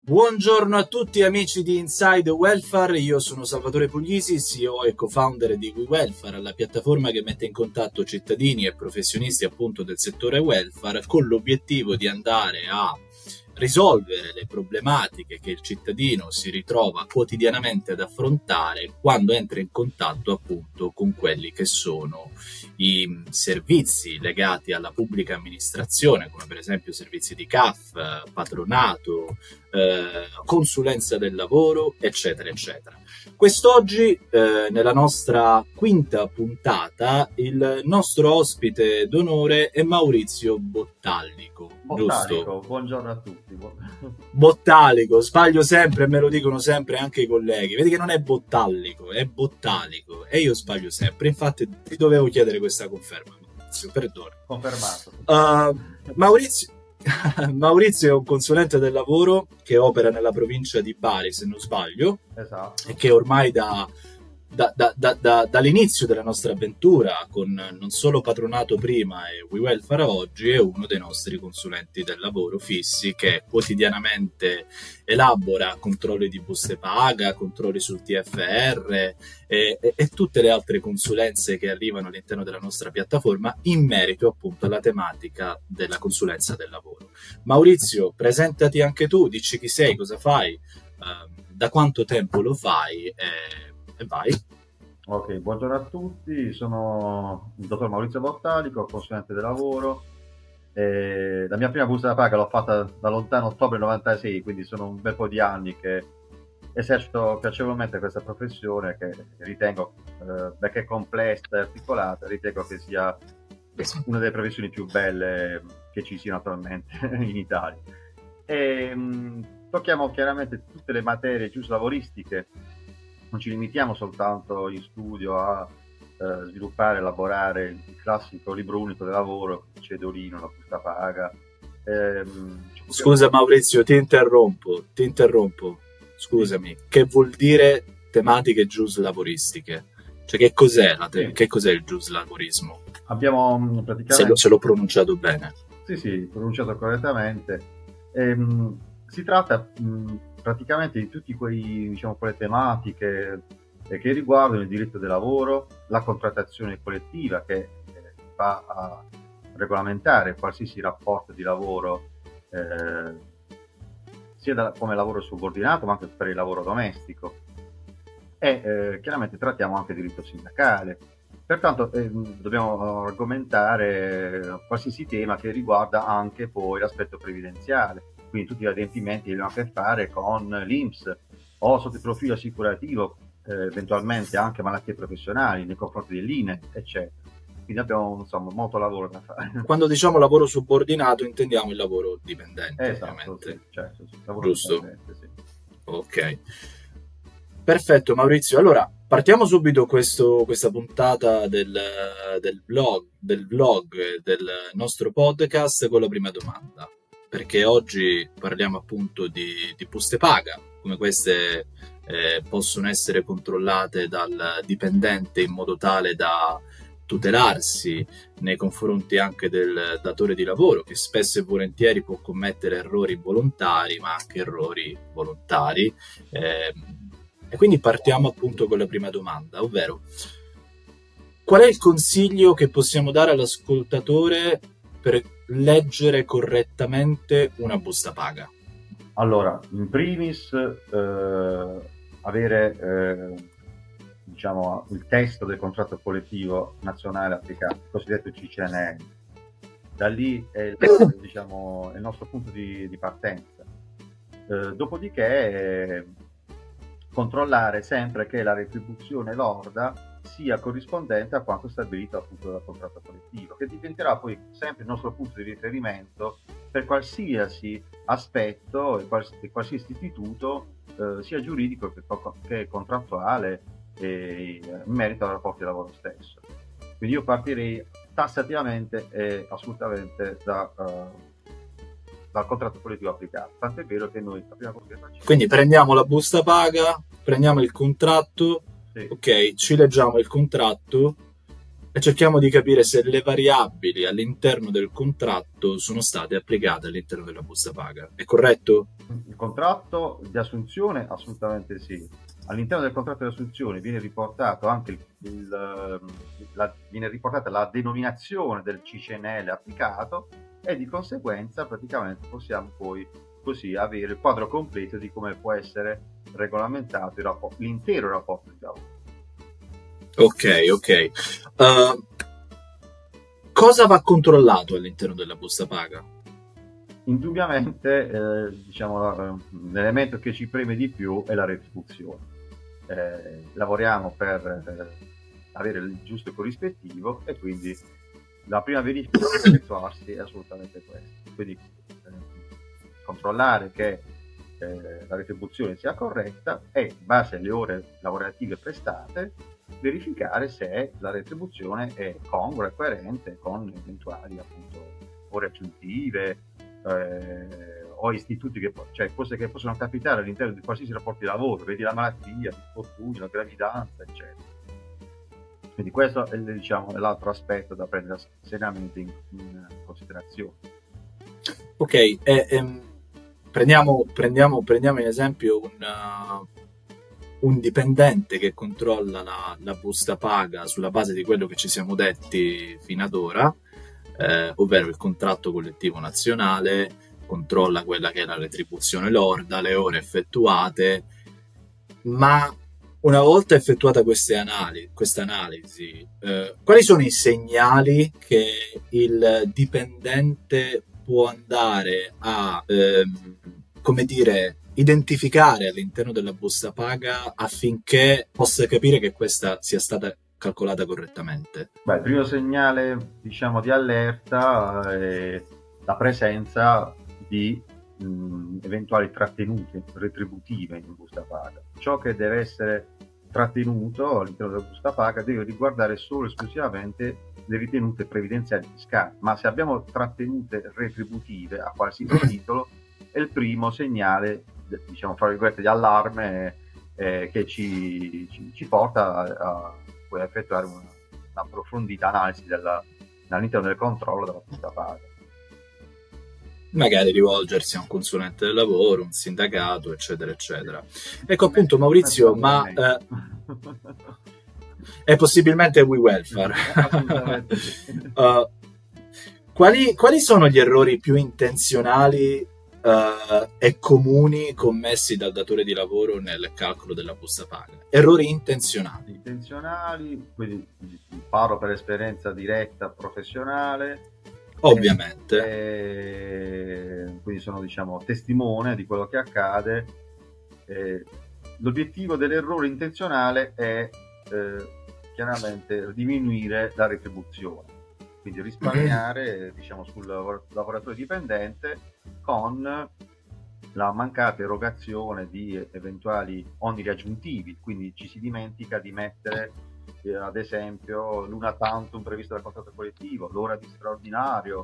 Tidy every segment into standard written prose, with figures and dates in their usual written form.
Buongiorno a tutti amici di Inside Welfare, io sono Salvatore Puglisi, CEO e co-founder di WeWelfare, la piattaforma che mette in contatto cittadini e professionisti appunto del settore welfare con l'obiettivo di andare a risolvere le problematiche che il cittadino si ritrova quotidianamente ad affrontare quando entra in contatto appunto con quelli che sono i servizi legati alla pubblica amministrazione, come per esempio servizi di CAF, patronato, consulenza del lavoro, eccetera, eccetera. Quest'oggi, nella nostra quinta puntata, il nostro ospite d'onore è Maurizio Bottalico, giusto? Buongiorno a tutti. Bottalico, sbaglio sempre e me lo dicono sempre anche i colleghi. Vedi che non è Bottalico, è Bottalico e io sbaglio sempre. Infatti ti dovevo chiedere questa conferma, Maurizio, perdono. Confermato. Maurizio è un consulente del lavoro che opera nella provincia di Bari, se non sbaglio, esatto. E che ormai dall'inizio della nostra avventura con non solo Patronato prima e WeWelfare oggi è uno dei nostri consulenti del lavoro fissi che quotidianamente elabora controlli di buste paga, controlli sul TFR e tutte le altre consulenze che arrivano all'interno della nostra piattaforma in merito appunto alla tematica della consulenza del lavoro. Maurizio, presentati anche tu, dici chi sei, cosa fai, da quanto tempo lo fai e vai. Ok, buongiorno a tutti, sono il dottor Maurizio Bottalico, consulente del lavoro. La mia prima busta paga l'ho fatta da lontano ottobre 96, quindi sono un bel po' di anni che esercito piacevolmente questa professione che ritengo, perché è complessa e articolata, ritengo che sia una delle professioni più belle che ci siano attualmente in Italia. Tocchiamo chiaramente tutte le materie giuslavoristiche. Non ci limitiamo soltanto in studio a sviluppare, elaborare il classico libro unico del lavoro, il cedolino, la busta paga. Scusa Maurizio, ti interrompo. Scusami, che vuol dire tematiche giuslavoristiche? Cioè che cos'è, che cos'è il giuslavorismo? Abbiamo praticamente... Se l'ho pronunciato bene. Sì, pronunciato correttamente. Si tratta praticamente di tutti quelle tematiche che riguardano il diritto del lavoro, la contrattazione collettiva che va a regolamentare qualsiasi rapporto di lavoro, sia come lavoro subordinato ma anche per il lavoro domestico, e chiaramente trattiamo anche il diritto sindacale. Pertanto dobbiamo argomentare qualsiasi tema che riguarda anche poi l'aspetto previdenziale, quindi tutti gli adempimenti che hanno a che fare con l'INPS o sotto il profilo assicurativo, eventualmente anche malattie professionali nei confronti dell'INE, eccetera. Quindi abbiamo molto lavoro da fare. Quando diciamo lavoro subordinato intendiamo il lavoro dipendente, esatto, ovviamente. Sì, certo, lavoro giusto? Dipendente, sì. Ok. Perfetto Maurizio, allora partiamo subito questa puntata del vlog del nostro podcast con la prima domanda, perché oggi parliamo appunto di buste paga, come queste possono essere controllate dal dipendente in modo tale da tutelarsi nei confronti anche del datore di lavoro, che spesso e volentieri può commettere errori volontari ma anche errori volontari. E quindi partiamo appunto con la prima domanda, ovvero qual è il consiglio che possiamo dare all'ascoltatore per leggere correttamente una busta paga? Allora, in primis avere il testo del contratto collettivo nazionale applicato, il cosiddetto CCNL. Da lì è il nostro punto di partenza. Dopodiché controllare sempre che la retribuzione lorda sia corrispondente a quanto stabilito appunto dal contratto collettivo, che diventerà poi sempre il nostro punto di riferimento per qualsiasi aspetto e qualsiasi istituto, sia giuridico che contrattuale, in merito ai rapporti di lavoro stesso. Quindi io partirei tassativamente e assolutamente dal contratto collettivo applicato, tant'è vero che noi la prima cosa che facciamo... Quindi prendiamo la busta paga, prendiamo il contratto, sì. Ok, ci leggiamo il contratto e cerchiamo di capire se le variabili all'interno del contratto sono state applicate all'interno della busta paga. È corretto? Il contratto di assunzione assolutamente sì. All'interno del contratto di assunzione viene riportato anche viene riportata la denominazione del CCNL applicato, e di conseguenza praticamente possiamo poi così avere il quadro completo di come può essere regolamentato l'intero rapporto di lavoro. Ok. Cosa va controllato all'interno della busta paga? Indubbiamente, l'elemento che ci preme di più è la retribuzione. Lavoriamo per avere il giusto corrispettivo, e quindi la prima verifica da effettuarsi è assolutamente questa. Quindi controllare che la retribuzione sia corretta, e in base alle ore lavorative prestate verificare se la retribuzione è congrua e coerente con eventuali appunto ore aggiuntive o istituti cioè cose che possono capitare all'interno di qualsiasi rapporto di lavoro, vedi la malattia, l'infortunio, la gravidanza, eccetera. Quindi questo è l'altro aspetto da prendere seriamente in considerazione. Ok, prendiamo in esempio un dipendente che controlla la busta paga sulla base di quello che ci siamo detti fino ad ora, ovvero il contratto collettivo nazionale, controlla quella che è la retribuzione lorda, le ore effettuate, ma una volta effettuata questa analisi, quali sono i segnali che il dipendente può andare a, identificare all'interno della busta paga affinché possa capire che questa sia stata calcolata correttamente? Beh, il primo segnale, di allerta è la presenza di eventuali trattenute retributive in busta paga. Ciò che deve essere trattenuto all'interno della busta paga deve riguardare solo e esclusivamente le ritenute previdenziali fiscali, ma se abbiamo trattenute retributive a qualsiasi titolo è il primo segnale, fra virgolette, di allarme che ci porta a effettuare un'approfondita analisi all'interno del controllo della busta paga. Magari rivolgersi a un consulente del lavoro, un sindacato, eccetera, eccetera. Ecco appunto, Maurizio, ma è possibilmente We Welfare. Quali sono gli errori più intenzionali e comuni commessi dal datore di lavoro nel calcolo della busta paga? Errori intenzionali. Quindi parlo per esperienza diretta professionale. Ovviamente. Quindi sono testimone di quello che accade. L'obiettivo dell'errore intenzionale è chiaramente diminuire la retribuzione, quindi risparmiare sul lavoratore dipendente con la mancata erogazione di eventuali oneri aggiuntivi. Quindi ci si dimentica di mettere ad esempio l'una tantum previsto dal contratto collettivo, l'ora di straordinario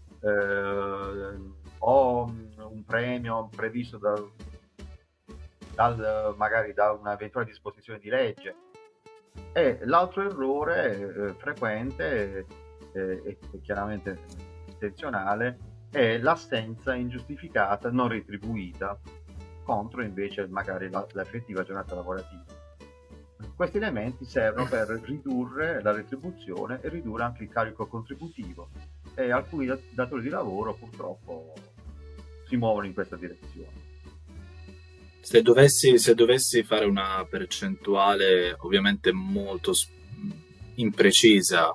o un premio previsto magari da un'eventuale disposizione di legge. E l'altro errore frequente e chiaramente intenzionale è l'assenza ingiustificata non retribuita contro invece magari l'effettiva giornata lavorativa. Questi elementi servono per ridurre la retribuzione e ridurre anche il carico contributivo, e alcuni datori di lavoro purtroppo si muovono in questa direzione. Se dovessi fare una percentuale ovviamente molto imprecisa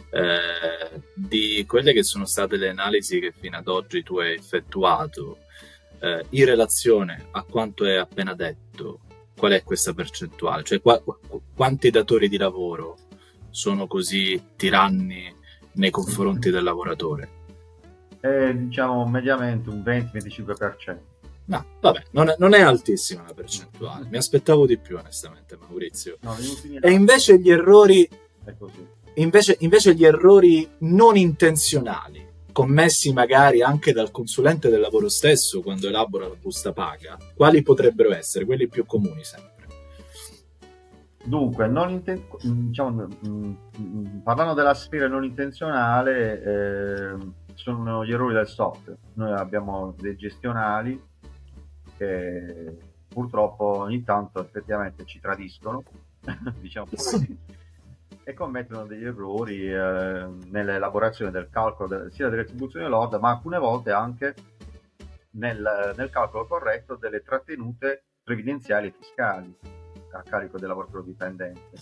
di quelle che sono state le analisi che fino ad oggi tu hai effettuato in relazione a quanto è appena detto, qual è questa percentuale? Cioè quanti datori di lavoro sono così tiranni nei confronti del lavoratore? Mediamente un 20-25%. No, vabbè, non è altissima la percentuale. Mi aspettavo di più, onestamente, Maurizio. No, e invece gli errori è così. Invece gli errori non intenzionali commessi magari anche dal consulente del lavoro stesso quando elabora la busta paga, quali potrebbero essere quelli più comuni sempre? Dunque, diciamo, parlando della sfera non intenzionale, sono gli errori del software. Noi abbiamo dei gestionali che purtroppo ogni tanto effettivamente ci tradiscono, diciamo così, e commettono degli errori nell'elaborazione del calcolo sia delle retribuzioni lorda, ma alcune volte anche nel calcolo corretto delle trattenute previdenziali e fiscali a carico del lavoratore dipendente.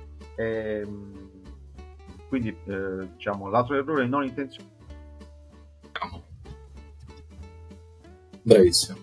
Quindi diciamo l'altro errore non intenzionale. Bravissimo.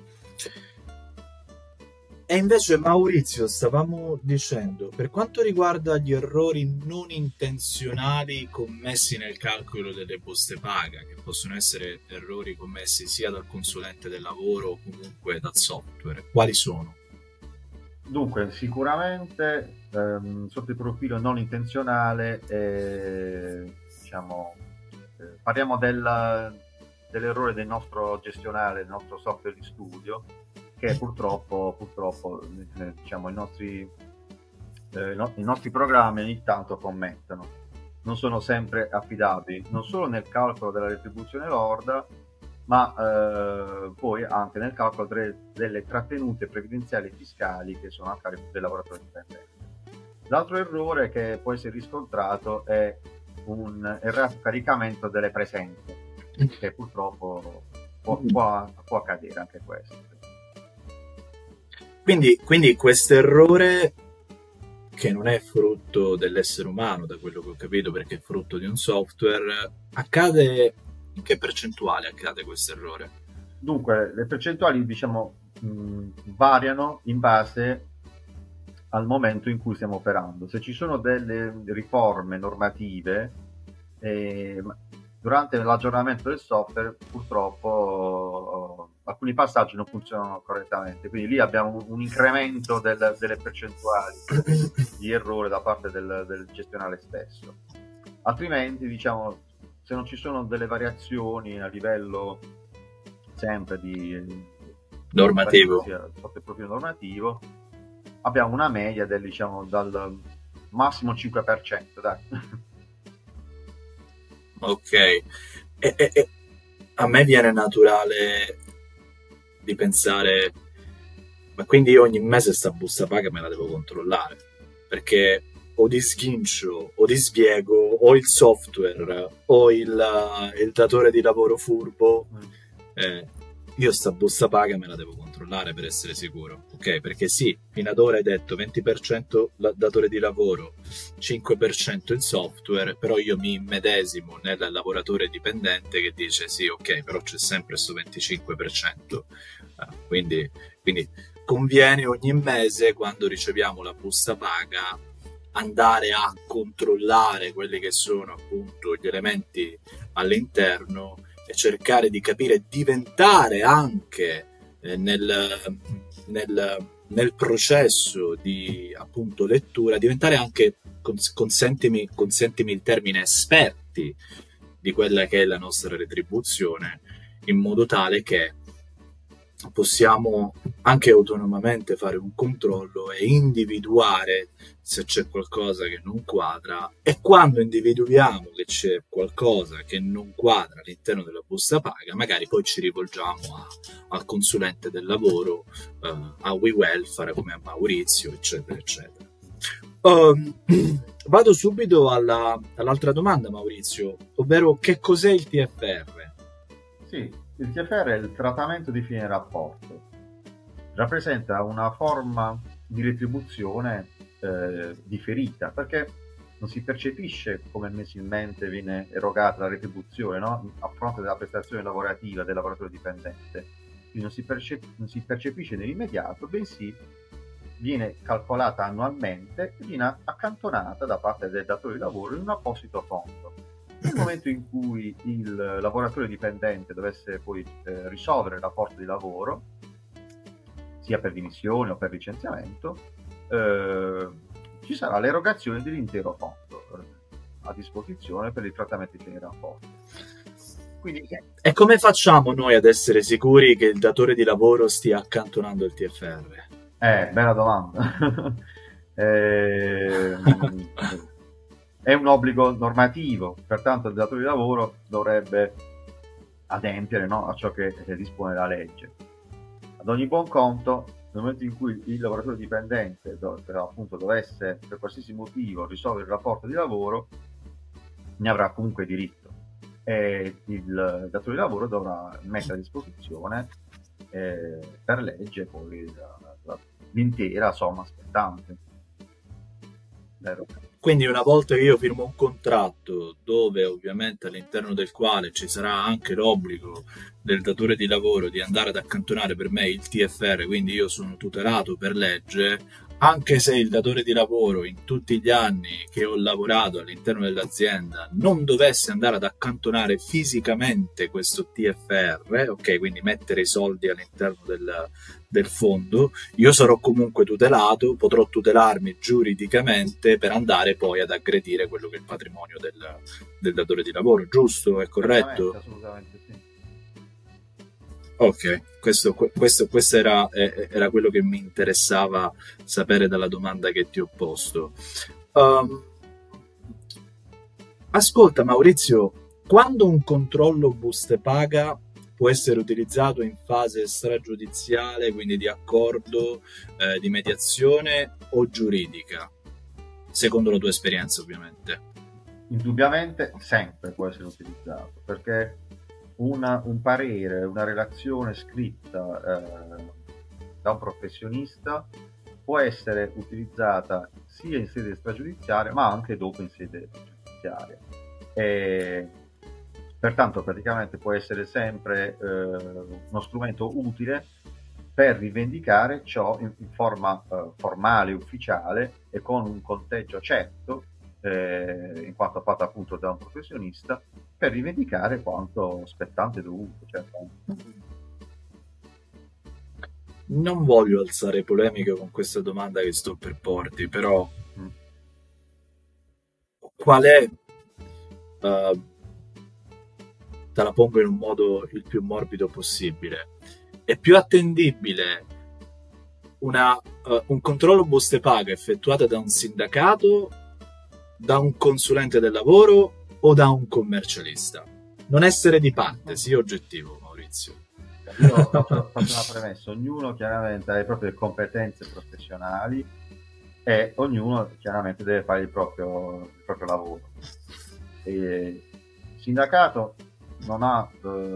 E invece Maurizio, stavamo dicendo, per quanto riguarda gli errori non intenzionali commessi nel calcolo delle buste paga, che possono essere errori commessi sia dal consulente del lavoro o comunque dal software, quali sono? Dunque, sicuramente sotto il profilo non intenzionale, diciamo, parliamo dell'errore del nostro gestionale, del nostro software di studio, che purtroppo diciamo, i nostri programmi ogni tanto commettono. Non sono sempre affidabili, non solo nel calcolo della retribuzione lorda, ma poi anche nel calcolo delle trattenute previdenziali e fiscali che sono a carico del lavoratore dipendente. L'altro errore che può essere riscontrato è un errato caricamento delle presenze, che purtroppo può accadere anche questo. Quindi questo errore, che non è frutto dell'essere umano, da quello che ho capito, perché è frutto di un software, accade. In che percentuale accade questo errore? Dunque, le percentuali, diciamo, variano in base al momento in cui stiamo operando. Se ci sono delle riforme normative, durante l'aggiornamento del software purtroppo alcuni passaggi non funzionano correttamente, quindi lì abbiamo un incremento delle percentuali di errore da parte del gestionale stesso. Altrimenti, diciamo, se non ci sono delle variazioni a livello sempre di normativo, sotto il profilo normativo, abbiamo una media del, diciamo, dal massimo 5%, dai. Ok, e a me viene naturale di pensare, ma quindi io ogni mese sta busta paga me la devo controllare, perché o di sghincio o di sbiego o il software o il datore di lavoro furbo, io sta busta paga me la devo controllare per essere sicuro, ok? Perché sì, fino ad ora hai detto 20% datore di lavoro, 5% il software, però io mi immedesimo nel lavoratore dipendente che dice sì, ok, però c'è sempre questo 25%, quindi conviene ogni mese, quando riceviamo la busta paga, andare a controllare quelli che sono appunto gli elementi all'interno e cercare di capire, diventare anche nel processo di appunto lettura, diventare anche, consentimi il termine, esperti di quella che è la nostra retribuzione, in modo tale che possiamo anche autonomamente fare un controllo e individuare se c'è qualcosa che non quadra, e quando individuiamo che c'è qualcosa che non quadra all'interno della busta paga, magari poi ci rivolgiamo al consulente del lavoro, a WeWelfare come a Maurizio, eccetera eccetera. Vado subito all'altra domanda, Maurizio, ovvero che cos'è il TFR? Sì, il TFR è il trattamento di fine rapporto. Rappresenta una forma di retribuzione differita, perché non si percepisce come mensilmente viene erogata la retribuzione, no? A fronte della prestazione lavorativa del lavoratore dipendente. Quindi non si percepisce nell'immediato, bensì viene calcolata annualmente e viene accantonata da parte del datore di lavoro in un apposito fondo. Nel momento in cui il lavoratore dipendente dovesse poi risolvere il rapporto di lavoro, sia per dimissione o per licenziamento, ci sarà l'erogazione dell'intero fondo a disposizione per il trattamento di fine rapporto. Quindi, e come facciamo noi ad essere sicuri che il datore di lavoro stia accantonando il TFR? Bella domanda. Ehm, è un obbligo normativo, pertanto il datore di lavoro dovrebbe adempiere, no, a ciò che dispone la legge. Ad ogni buon conto, nel momento in cui il lavoratore dipendente appunto dovesse per qualsiasi motivo risolvere il rapporto di lavoro, ne avrà comunque diritto, e il datore di lavoro dovrà mettere a disposizione per legge poi l'intera somma spettante. Vero? Quindi una volta che io firmo un contratto dove ovviamente all'interno del quale ci sarà anche l'obbligo del datore di lavoro di andare ad accantonare per me il TFR, quindi io sono tutelato per legge, anche se il datore di lavoro in tutti gli anni che ho lavorato all'interno dell'azienda non dovesse andare ad accantonare fisicamente questo TFR, ok, quindi mettere i soldi all'interno del fondo, io sarò comunque tutelato, potrò tutelarmi giuridicamente per andare poi ad aggredire quello che è il patrimonio del datore di lavoro, giusto? È corretto? Assolutamente sì. Ok, questo era quello che mi interessava sapere dalla domanda che ti ho posto. Ascolta Maurizio, quando un controllo buste paga può essere utilizzato in fase stragiudiziale, quindi di accordo, di mediazione o giuridica? Secondo la tua esperienza, ovviamente. Indubbiamente sempre può essere utilizzato, perché un parere, una relazione scritta da un professionista può essere utilizzata sia in sede stragiudiziale ma anche dopo in sede giudiziaria. E pertanto praticamente può essere sempre uno strumento utile per rivendicare ciò in forma formale, ufficiale e con un conteggio certo, in quanto fatto appunto da un professionista, per rivendicare quanto spettante e dovuto. Certo. Non voglio alzare polemiche con questa domanda che sto per porti, però qual è, te la pongo in un modo il più morbido possibile, è più attendibile un controllo buste paga effettuato da un sindacato, da un consulente del lavoro o da un commercialista? Non essere di parte, sii oggettivo, Maurizio. Io faccio una premessa: ognuno chiaramente ha le proprie competenze professionali e ognuno chiaramente deve fare il proprio lavoro. Il sindacato non ha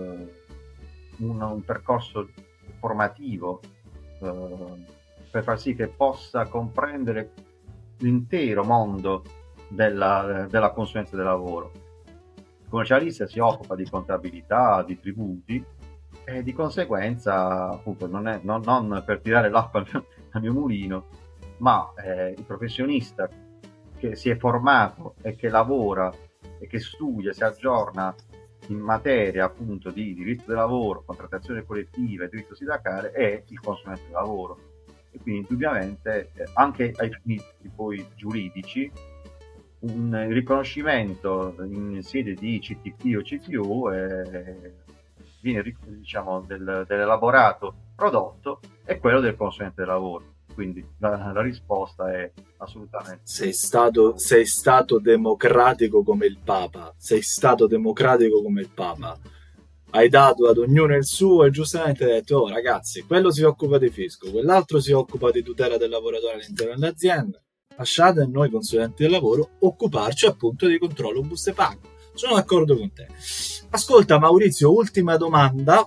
un percorso formativo per far sì che possa comprendere l'intero mondo della consulenza del lavoro. Il commercialista si occupa di contabilità, di tributi, e di conseguenza appunto non per tirare l'acqua al mio mulino, ma il professionista che si è formato e che lavora e che studia, si aggiorna in materia appunto di diritto del lavoro, contrattazione collettiva e diritto sindacale è il consulente del lavoro, e quindi indubbiamente anche ai fini poi giuridici un riconoscimento in sede di CTP o CTU viene, diciamo, dell'elaborato prodotto è quello del consulente del lavoro. Quindi la risposta è assolutamente sei stato democratico come il Papa, sei stato democratico come il Papa, hai dato ad ognuno il suo e giustamente hai detto: oh ragazzi, quello si occupa di fisco, quell'altro si occupa di tutela del lavoratore all'interno dell'azienda, lasciate a noi consulenti del lavoro occuparci appunto di controllo buste paga. Sono d'accordo con te. Ascolta Maurizio, ultima domanda.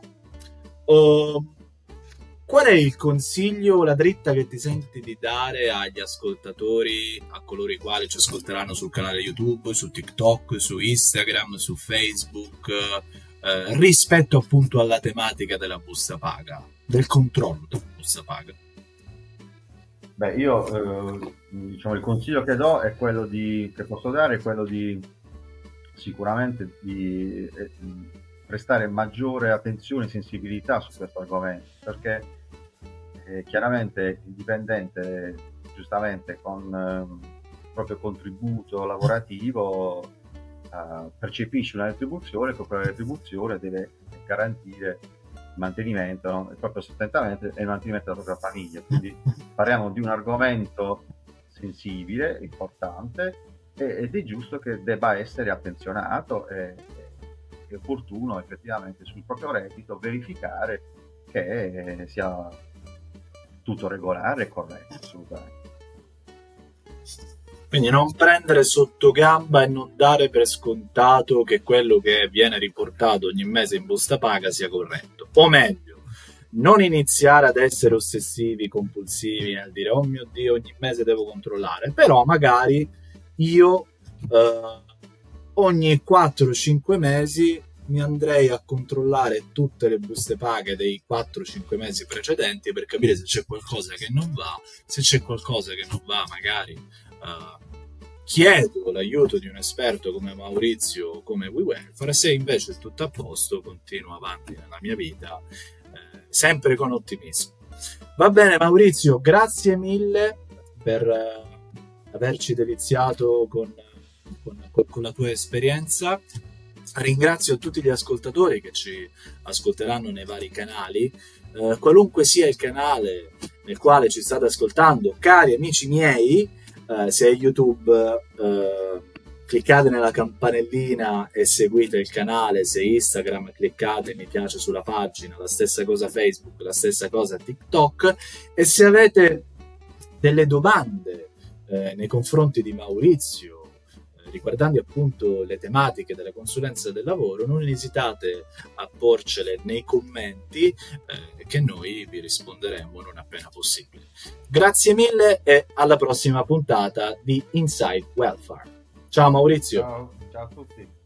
Qual è il consiglio, la dritta che ti senti di dare agli ascoltatori, a coloro i quali ci ascolteranno sul canale YouTube, su TikTok, su Instagram, su Facebook, rispetto appunto alla tematica della busta paga, del controllo della busta paga? Beh, io diciamo il consiglio che do è quello che posso dare è quello di sicuramente di prestare maggiore attenzione e sensibilità su questo argomento, perché chiaramente il dipendente giustamente con il proprio contributo lavorativo percepisce una retribuzione, che quella retribuzione deve garantire il mantenimento, no? Il proprio sostentamento e il mantenimento della propria famiglia. Quindi parliamo di un argomento sensibile, importante, ed è giusto che debba essere attenzionato e è opportuno effettivamente sul proprio reddito verificare che sia tutto regolare e corretto, assolutamente. Quindi non prendere sotto gamba e non dare per scontato che quello che viene riportato ogni mese in busta paga sia corretto. O meglio, non iniziare ad essere ossessivi, compulsivi nel dire oh mio Dio, ogni mese devo controllare, però magari io ogni 4-5 mesi mi andrei a controllare tutte le buste paga dei 4-5 mesi precedenti per capire se c'è qualcosa che non va. Se c'è qualcosa che non va, magari chiedo l'aiuto di un esperto come Maurizio o come WeWelfare. Se invece è tutto a posto, continuo avanti nella mia vita sempre con ottimismo. Va bene Maurizio, grazie mille per averci deliziato con la tua esperienza. Ringrazio tutti gli ascoltatori che ci ascolteranno nei vari canali, qualunque sia il canale nel quale ci state ascoltando, cari amici miei. Se è YouTube, cliccate nella campanellina e seguite il canale. Se Instagram, cliccate mi piace sulla pagina. La stessa cosa Facebook, la stessa cosa TikTok. E se avete delle domande nei confronti di Maurizio riguardanti appunto le tematiche della consulenza del lavoro, non esitate a porcele nei commenti, che noi vi risponderemo non appena possibile. Grazie mille e alla prossima puntata di Inside Welfare. Ciao Maurizio. Ciao a tutti.